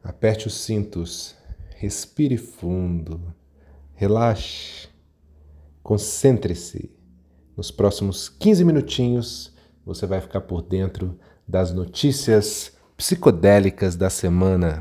Aperte os cintos, respire fundo, relaxe, concentre-se. Nos próximos 15 minutinhos, você vai ficar por dentro das notícias psicodélicas da semana.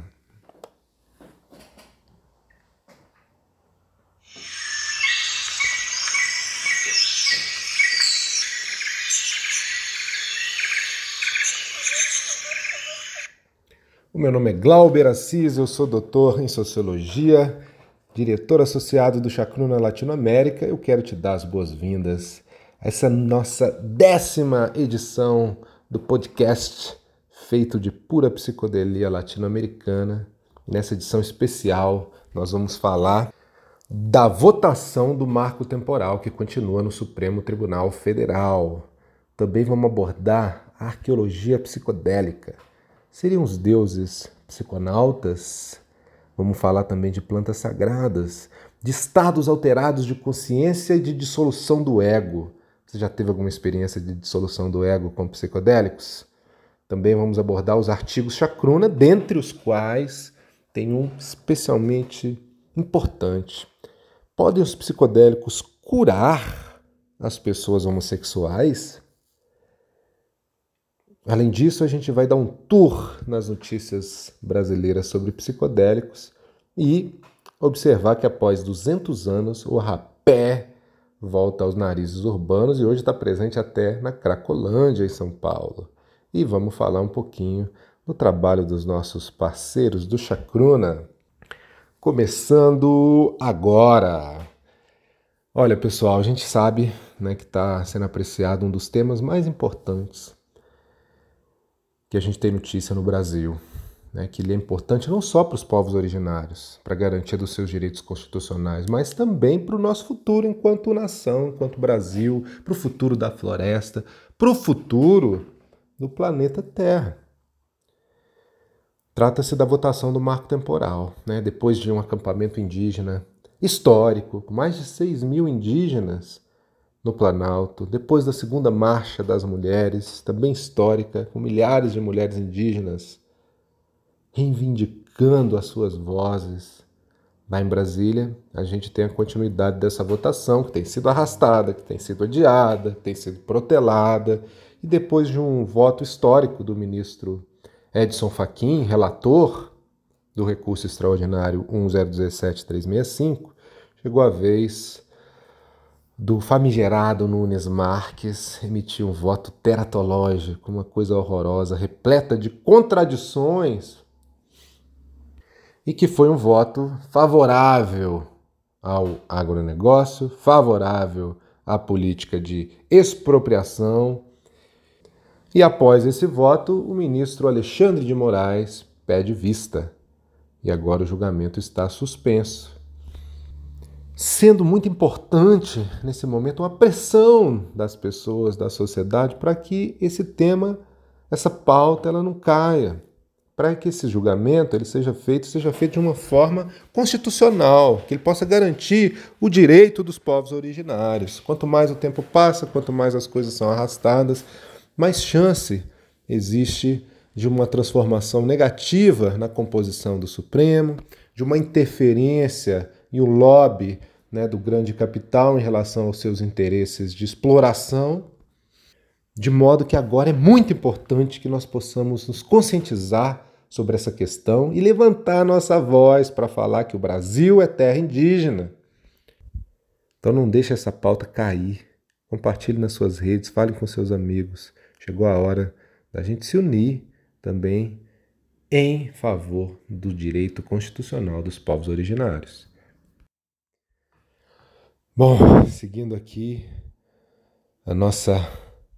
O meu nome é Glauber Assis, eu sou doutor em Sociologia, diretor associado do Chacruna Latinoamérica. Eu quero te dar as boas-vindas a essa nossa 10ª edição do podcast feito de pura psicodelia latino-americana. Nessa edição especial, nós vamos falar da votação do marco temporal que continua no Supremo Tribunal Federal. Também vamos abordar a arqueologia psicodélica. Seriam os deuses psiconautas? Vamos falar também de plantas sagradas, de estados alterados de consciência e de dissolução do ego. Você já teve alguma experiência de dissolução do ego com psicodélicos? Também vamos abordar os artigos Chacruna, dentre os quais tem um especialmente importante. Podem os psicodélicos curar as pessoas homossexuais? Além disso, a gente vai dar um tour nas notícias brasileiras sobre psicodélicos e observar que após 200 anos o rapé volta aos narizes urbanos e hoje está presente até na Cracolândia, em São Paulo. E vamos falar um pouquinho do trabalho dos nossos parceiros do Chacruna. Começando agora. Olha, pessoal, a gente sabe, que está sendo apreciado um dos temas mais importantes que a gente tem notícia no Brasil, que ele é importante não só para os povos originários, para a garantia dos seus direitos constitucionais, mas também para o nosso futuro enquanto nação, enquanto Brasil, para o futuro da floresta, para o futuro do planeta Terra. Trata-se da votação do marco temporal, depois de um acampamento indígena histórico, com mais de 6.000 indígenas no Planalto, depois da segunda marcha das mulheres, também histórica, com milhares de mulheres indígenas reivindicando as suas vozes. Lá em Brasília, a gente tem a continuidade dessa votação, que tem sido arrastada, que tem sido adiada, que tem sido protelada, e depois de um voto histórico do ministro Edson Fachin, relator do recurso extraordinário 1017365, chegou a vez do famigerado Nunes Marques emitir um voto teratológico, uma coisa horrorosa, repleta de contradições, e que foi um voto favorável ao agronegócio, favorável à política de expropriação. E após esse voto, o ministro Alexandre de Moraes pede vista. E agora o julgamento está suspenso. Sendo muito importante, nesse momento, uma pressão das pessoas, da sociedade, para que esse tema, essa pauta, ela não caia. Para que esse julgamento ele seja feito de uma forma constitucional, que ele possa garantir o direito dos povos originários. Quanto mais o tempo passa, quanto mais as coisas são arrastadas, mais chance existe de uma transformação negativa na composição do Supremo, de uma interferência e o lobby do grande capital em relação aos seus interesses de exploração, de modo que agora é muito importante que nós possamos nos conscientizar sobre essa questão e levantar nossa voz para falar que o Brasil é terra indígena. Então não deixe essa pauta cair. Compartilhe nas suas redes, fale com seus amigos. Chegou a hora da gente se unir também em favor do direito constitucional dos povos originários. Bom, seguindo aqui a nossa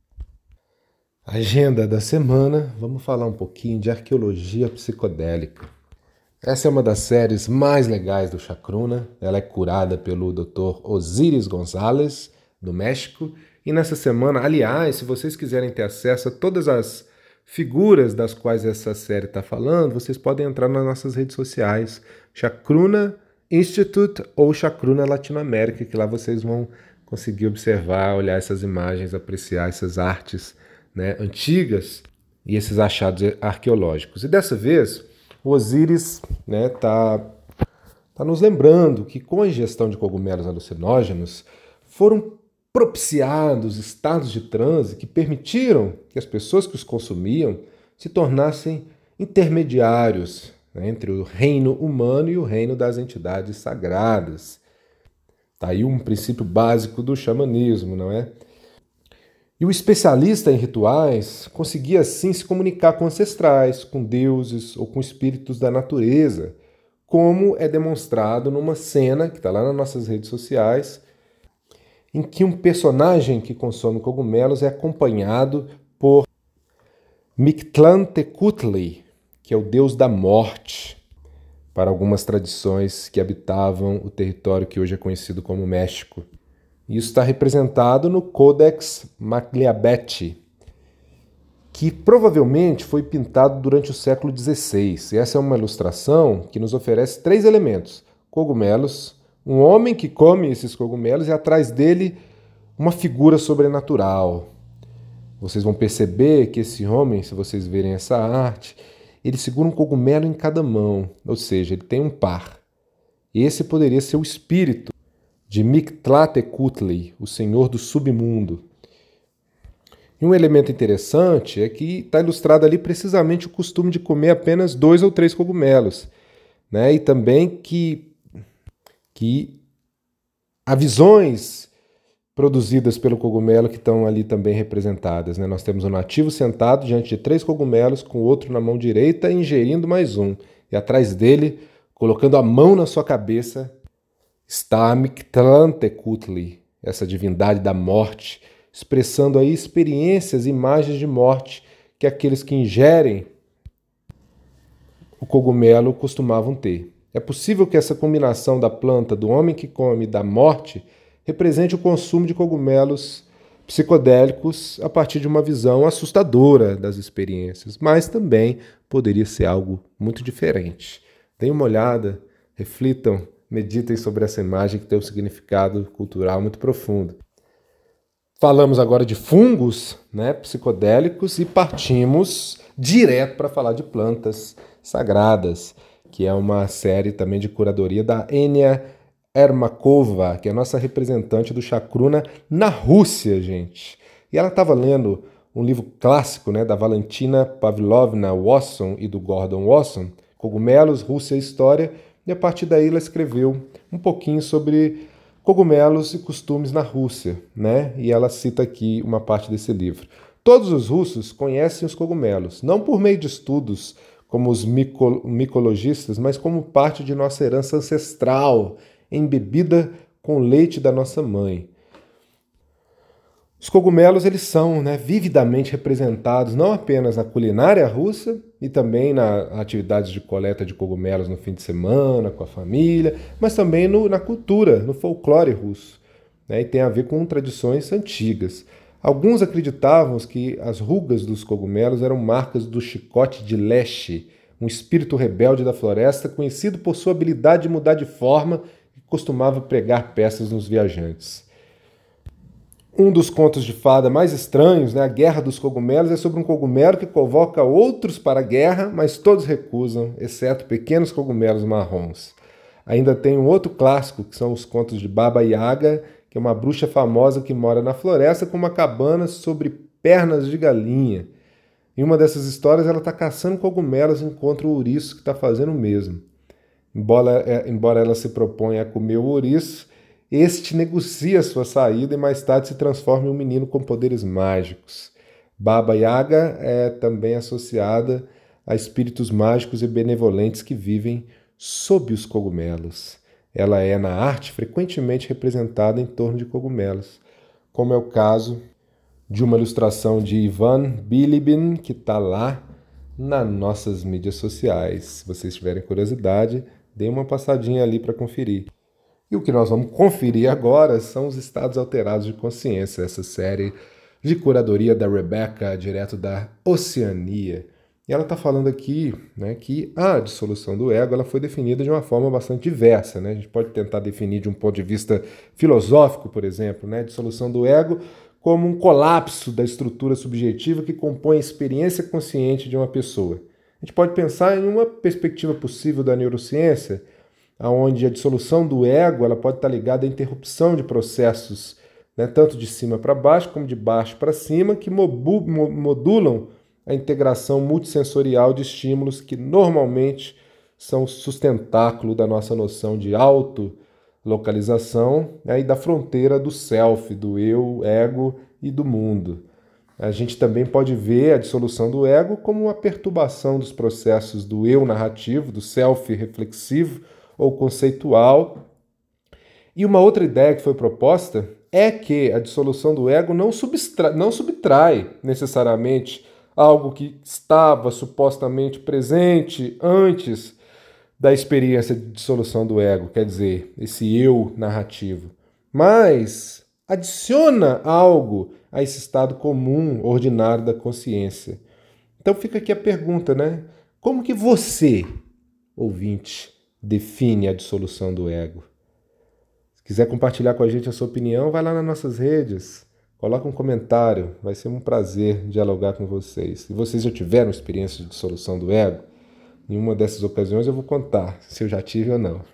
agenda da semana, vamos falar um pouquinho de arqueologia psicodélica. Essa é uma das séries mais legais do Chacruna. Ela é curada pelo Dr. Osiris Gonzalez, do México. E nessa semana, aliás, se vocês quiserem ter acesso a todas as figuras das quais essa série está falando, vocês podem entrar nas nossas redes sociais, Chacruna Institute ou Chacruna Latinoamérica, que lá vocês vão conseguir observar, olhar essas imagens, apreciar essas artes antigas e esses achados arqueológicos. E dessa vez, O Osíris tá nos lembrando que com a ingestão de cogumelos alucinógenos foram propiciados estados de transe que permitiram que as pessoas que os consumiam se tornassem intermediários, né, entre o reino humano e o reino das entidades sagradas. Está aí um princípio básico do xamanismo, não é? E o especialista em rituais conseguia assim se comunicar com ancestrais, com deuses ou com espíritos da natureza, como é demonstrado numa cena que está lá nas nossas redes sociais, em que um personagem que consome cogumelos é acompanhado por Mictlantecutli, que é o deus da morte, para algumas tradições que habitavam o território que hoje é conhecido como México. Isso está representado no Codex Magliabetti, que provavelmente foi pintado durante o século XVI. E essa é uma ilustração que nos oferece 3 elementos: cogumelos, um homem que come esses cogumelos e atrás dele uma figura sobrenatural. Vocês vão perceber que esse homem, se vocês verem essa arte, ele segura um cogumelo em cada mão, ou seja, ele tem um par. Esse poderia ser o espírito de Mictlantecutli, o senhor do submundo. E um elemento interessante é que está ilustrado ali precisamente o costume de comer apenas 2 ou 3 cogumelos, né? E também que há visões produzidas pelo cogumelo que estão ali também representadas, né? Nós temos um nativo sentado diante de 3 cogumelos, com o outro na mão direita, ingerindo mais um. E atrás dele, colocando a mão na sua cabeça, está Mictlantecutli, essa divindade da morte, expressando aí experiências, imagens de morte que aqueles que ingerem o cogumelo costumavam ter. É possível que essa combinação da planta do homem que come e da morte represente o consumo de cogumelos psicodélicos a partir de uma visão assustadora das experiências, mas também poderia ser algo muito diferente. Deem uma olhada, reflitam, meditem sobre essa imagem que tem um significado cultural muito profundo. Falamos agora de fungos, né, psicodélicos, e partimos direto para falar de plantas sagradas, que é uma série também de curadoria da Enia Ermakova, que é a nossa representante do Chacruna na Rússia, gente. E ela estava lendo um livro clássico, né, da Valentina Pavlovna Wasson e do Gordon Wasson, Cogumelos, Rússia e História, e a partir daí ela escreveu um pouquinho sobre cogumelos e costumes na Rússia, né? E ela cita aqui uma parte desse livro. Todos os russos conhecem os cogumelos, não por meio de estudos como os micologistas, mas como parte de nossa herança ancestral, embebida com o leite da nossa mãe. Os cogumelos, eles são, né, vividamente representados não apenas na culinária russa e também nas atividades de coleta de cogumelos no fim de semana, com a família, mas também na cultura, no folclore russo, né, e tem a ver com tradições antigas. Alguns acreditavam que as rugas dos cogumelos eram marcas do chicote de Leshy, um espírito rebelde da floresta conhecido por sua habilidade de mudar de forma e costumava pregar peças nos viajantes. Um dos contos de fada mais estranhos, né, A Guerra dos Cogumelos, é sobre um cogumelo que convoca outros para a guerra, mas todos recusam, exceto pequenos cogumelos marrons. Ainda tem um outro clássico, que são os contos de Baba Yaga, que é uma bruxa famosa que mora na floresta com uma cabana sobre pernas de galinha. Em uma dessas histórias, ela está caçando cogumelos e encontra o ouriço que está fazendo o mesmo. Embora ela se proponha a comer o ouriço, este negocia sua saída e mais tarde se transforma em um menino com poderes mágicos. Baba Yaga é também associada a espíritos mágicos e benevolentes que vivem sob os cogumelos. Ela é, na arte, frequentemente representada em torno de cogumelos, como é o caso de uma ilustração de Ivan Bilibin, que está lá nas nossas mídias sociais. Se vocês tiverem curiosidade, dê uma passadinha ali para conferir. E o que nós vamos conferir agora são os estados alterados de consciência, essa série de curadoria da Rebecca, direto da Oceania. E ela está falando aqui, né, que a dissolução do ego ela foi definida de uma forma bastante diversa, né? A gente pode tentar definir de um ponto de vista filosófico, por exemplo, né, a dissolução do ego como um colapso da estrutura subjetiva que compõe a experiência consciente de uma pessoa. A gente pode pensar em uma perspectiva possível da neurociência, onde a dissolução do ego ela pode estar ligada à interrupção de processos, né, tanto de cima para baixo como de baixo para cima, que modulam a integração multissensorial de estímulos que normalmente são o sustentáculo da nossa noção de autolocalização, né, e da fronteira do self, do eu, ego e do mundo. A gente também pode ver a dissolução do ego como uma perturbação dos processos do eu narrativo, do self reflexivo ou conceitual. E uma outra ideia que foi proposta é que a dissolução do ego não subtrai necessariamente algo que estava supostamente presente antes da experiência de dissolução do ego, quer dizer, esse eu narrativo, mas adiciona algo a esse estado comum, ordinário da consciência. Então fica aqui a pergunta, né? Como que você, ouvinte, define a dissolução do ego? Se quiser compartilhar com a gente a sua opinião, vai lá nas nossas redes, coloca um comentário, vai ser um prazer dialogar com vocês. Se vocês já tiveram experiência de dissolução do ego, em uma dessas ocasiões eu vou contar se eu já tive ou não.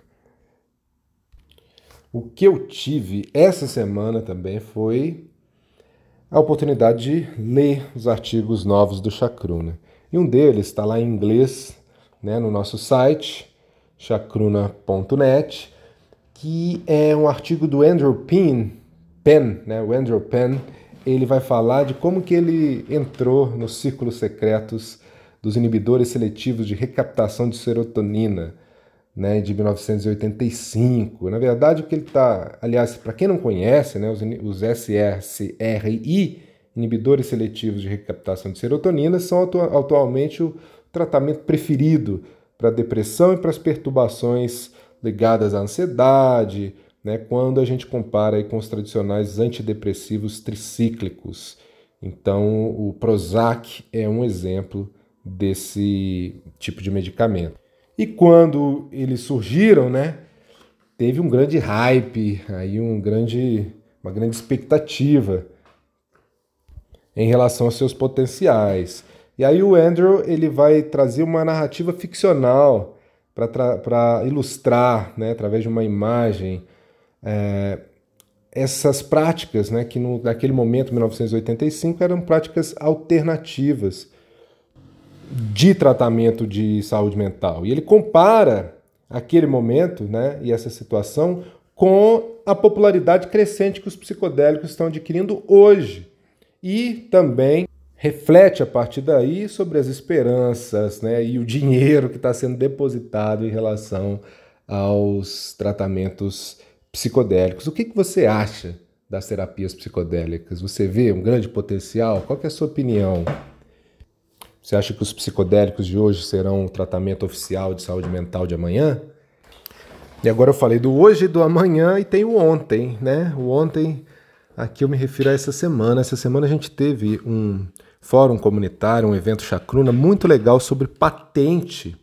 O que eu tive essa semana também foi a oportunidade de ler os artigos novos do Chacruna. E um deles está lá em inglês, né, no nosso site, chacruna.net, que é um artigo do Andrew Penn, né, o Andrew Penn. Ele vai falar de como que ele entrou nos círculos secretos dos inibidores seletivos de recaptação de serotonina, né, de 1985. Na verdade, o que ele está... Aliás, para quem não conhece, né, os SSRI, inibidores seletivos de recaptação de serotonina, são atualmente o tratamento preferido para a depressão e para as perturbações ligadas à ansiedade, né, quando a gente compara aí com os tradicionais antidepressivos tricíclicos. Então, o Prozac é um exemplo desse tipo de medicamento. E quando eles surgiram, né, teve um grande hype, aí uma grande expectativa em relação aos seus potenciais. E aí o Andrew ele vai trazer uma narrativa ficcional para ilustrar, né, através de uma imagem, essas práticas, né, que naquele momento, 1985, eram práticas alternativas de tratamento de saúde mental. E ele compara aquele momento, né, e essa situação com a popularidade crescente que os psicodélicos estão adquirindo hoje. E também reflete a partir daí sobre as esperanças, né, e o dinheiro que está sendo depositado em relação aos tratamentos psicodélicos. O que você acha das terapias psicodélicas? Você vê um grande potencial? Qual que é a sua opinião? Você acha que os psicodélicos de hoje serão o tratamento oficial de saúde mental de amanhã? E agora eu falei do hoje e do amanhã e tem o ontem, né? O ontem, aqui eu me refiro a essa semana. Essa semana a gente teve um fórum comunitário, um evento Chacruna muito legal sobre patente,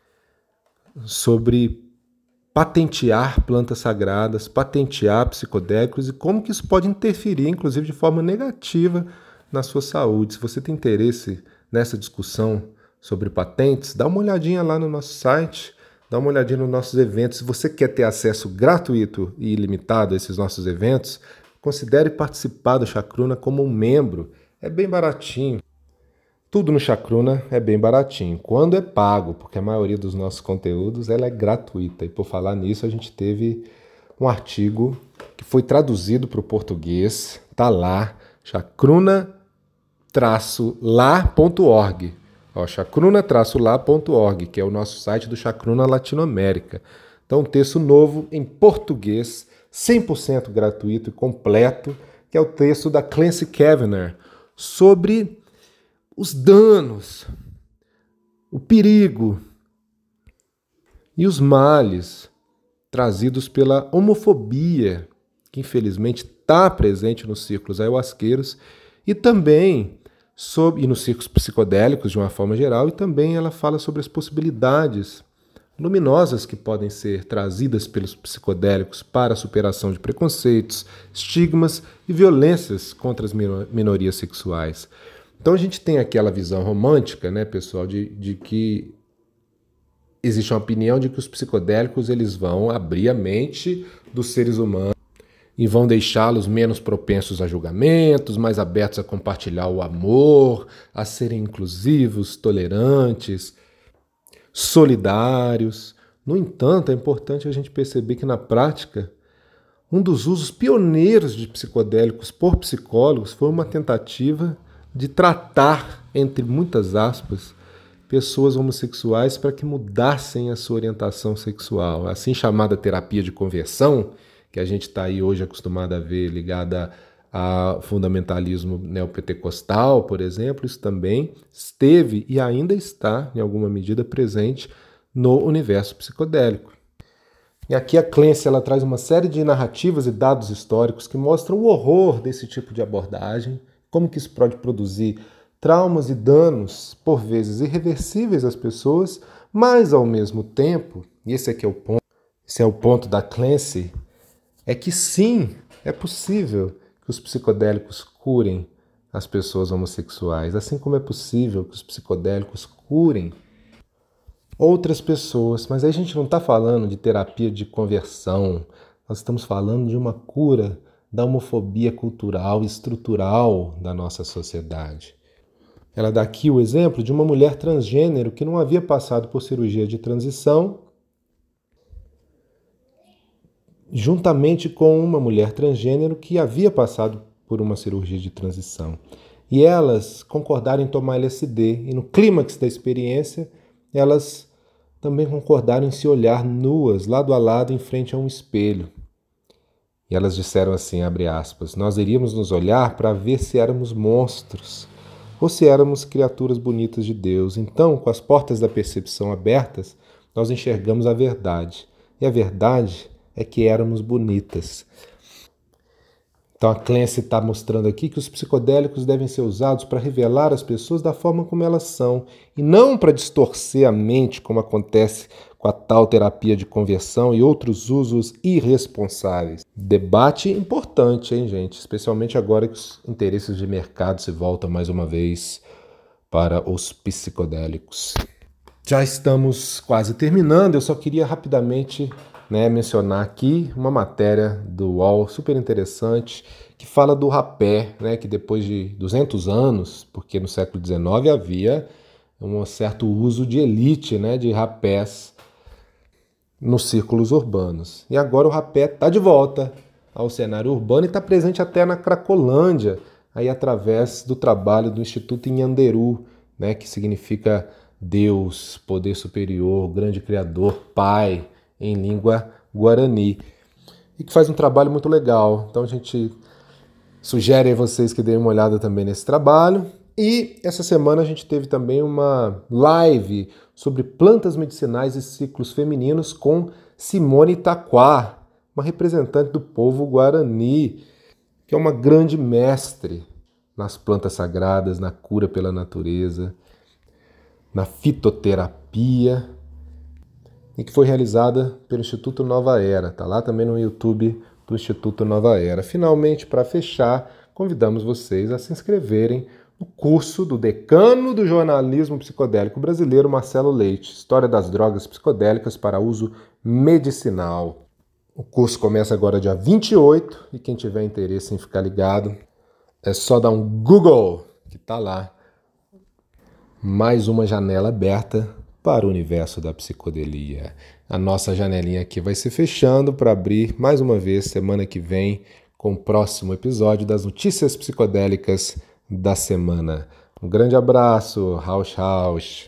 sobre patentear plantas sagradas, patentear psicodélicos e como que isso pode interferir, inclusive de forma negativa, na sua saúde. Se você tem interesse nessa discussão sobre patentes, dá uma olhadinha lá no nosso site, dá uma olhadinha nos nossos eventos. Se você quer ter acesso gratuito e ilimitado a esses nossos eventos, considere participar do Chacruna como um membro. É bem baratinho. Tudo no Chacruna é bem baratinho, quando é pago, porque a maioria dos nossos conteúdos ela é gratuita. E por falar nisso, a gente teve um artigo que foi traduzido para o português, tá lá, chacruna-lá.org. Chacruna-lá.org, que é o nosso site do Chacruna Latinoamérica. Então, um texto novo em português, 100% gratuito e completo, que é o texto da Clancy Kavanagh, sobre os danos, o perigo e os males trazidos pela homofobia, que infelizmente está presente nos círculos ayahuasqueiros e também e nos círculos psicodélicos de uma forma geral, e também ela fala sobre as possibilidades luminosas que podem ser trazidas pelos psicodélicos para a superação de preconceitos, estigmas e violências contra as minorias sexuais. Então a gente tem aquela visão romântica, né, pessoal, de que existe uma opinião de que os psicodélicos eles vão abrir a mente dos seres humanos e vão deixá-los menos propensos a julgamentos, mais abertos a compartilhar o amor, a serem inclusivos, tolerantes, solidários. No entanto, é importante a gente perceber que, na prática, um dos usos pioneiros de psicodélicos por psicólogos foi uma tentativa de tratar, entre muitas aspas, pessoas homossexuais para que mudassem a sua orientação sexual. A assim chamada terapia de conversão, que a gente está aí hoje acostumado a ver ligada ao fundamentalismo neopentecostal, por exemplo, isso também esteve e ainda está, em alguma medida, presente no universo psicodélico. E aqui a Clancy ela traz uma série de narrativas e dados históricos que mostram o horror desse tipo de abordagem, como que isso pode produzir traumas e danos, por vezes irreversíveis às pessoas, mas ao mesmo tempo, e esse aqui é o ponto, esse é o ponto da Clancy, é que sim, é possível que os psicodélicos curem as pessoas homossexuais, assim como é possível que os psicodélicos curem outras pessoas. Mas aí a gente não está falando de terapia de conversão, nós estamos falando de uma cura da homofobia cultural e estrutural da nossa sociedade. Ela dá aqui o exemplo de uma mulher transgênero que não havia passado por cirurgia de transição, juntamente com uma mulher transgênero que havia passado por uma cirurgia de transição. E elas concordaram em tomar LSD, e no clímax da experiência, elas também concordaram em se olhar nuas, lado a lado, em frente a um espelho. E elas disseram assim, abre aspas, nós iríamos nos olhar para ver se éramos monstros ou se éramos criaturas bonitas de Deus. Então, com as portas da percepção abertas, nós enxergamos a verdade. E a verdade é que éramos bonitas. Então a Clancy está mostrando aqui que os psicodélicos devem ser usados para revelar as pessoas da forma como elas são, e não para distorcer a mente, como acontece com a tal terapia de conversão e outros usos irresponsáveis. Debate importante, hein, gente? Especialmente agora que os interesses de mercado se voltam mais uma vez para os psicodélicos. Já estamos quase terminando, eu só queria rapidamente mencionar aqui uma matéria do UOL super interessante que fala do rapé, que depois de 200 anos, porque no século XIX havia um certo uso de elite de rapés nos círculos urbanos. E agora o rapé está de volta ao cenário urbano e está presente até na Cracolândia, aí através do trabalho do Instituto Inhanderu, que significa Deus, poder superior, grande criador, pai, em língua guarani, e que faz um trabalho muito legal. Então a gente sugere a vocês que deem uma olhada também nesse trabalho. E essa semana a gente teve também uma live sobre plantas medicinais e ciclos femininos com Simone Taquá, uma representante do povo guarani, que é uma grande mestre nas plantas sagradas, na cura pela natureza, na fitoterapia, e que foi realizada pelo Instituto Nova Era. Está lá também no YouTube do Instituto Nova Era. Finalmente, para fechar, convidamos vocês a se inscreverem no curso do decano do jornalismo psicodélico brasileiro, Marcelo Leite, História das Drogas Psicodélicas para Uso Medicinal. O curso começa agora dia 28 e quem tiver interesse em ficar ligado, é só dar um Google, que está lá. Mais uma janela aberta para o universo da psicodelia. A nossa janelinha aqui vai se fechando para abrir mais uma vez semana que vem com o próximo episódio das notícias psicodélicas da semana. Um grande abraço, Rausch Rausch.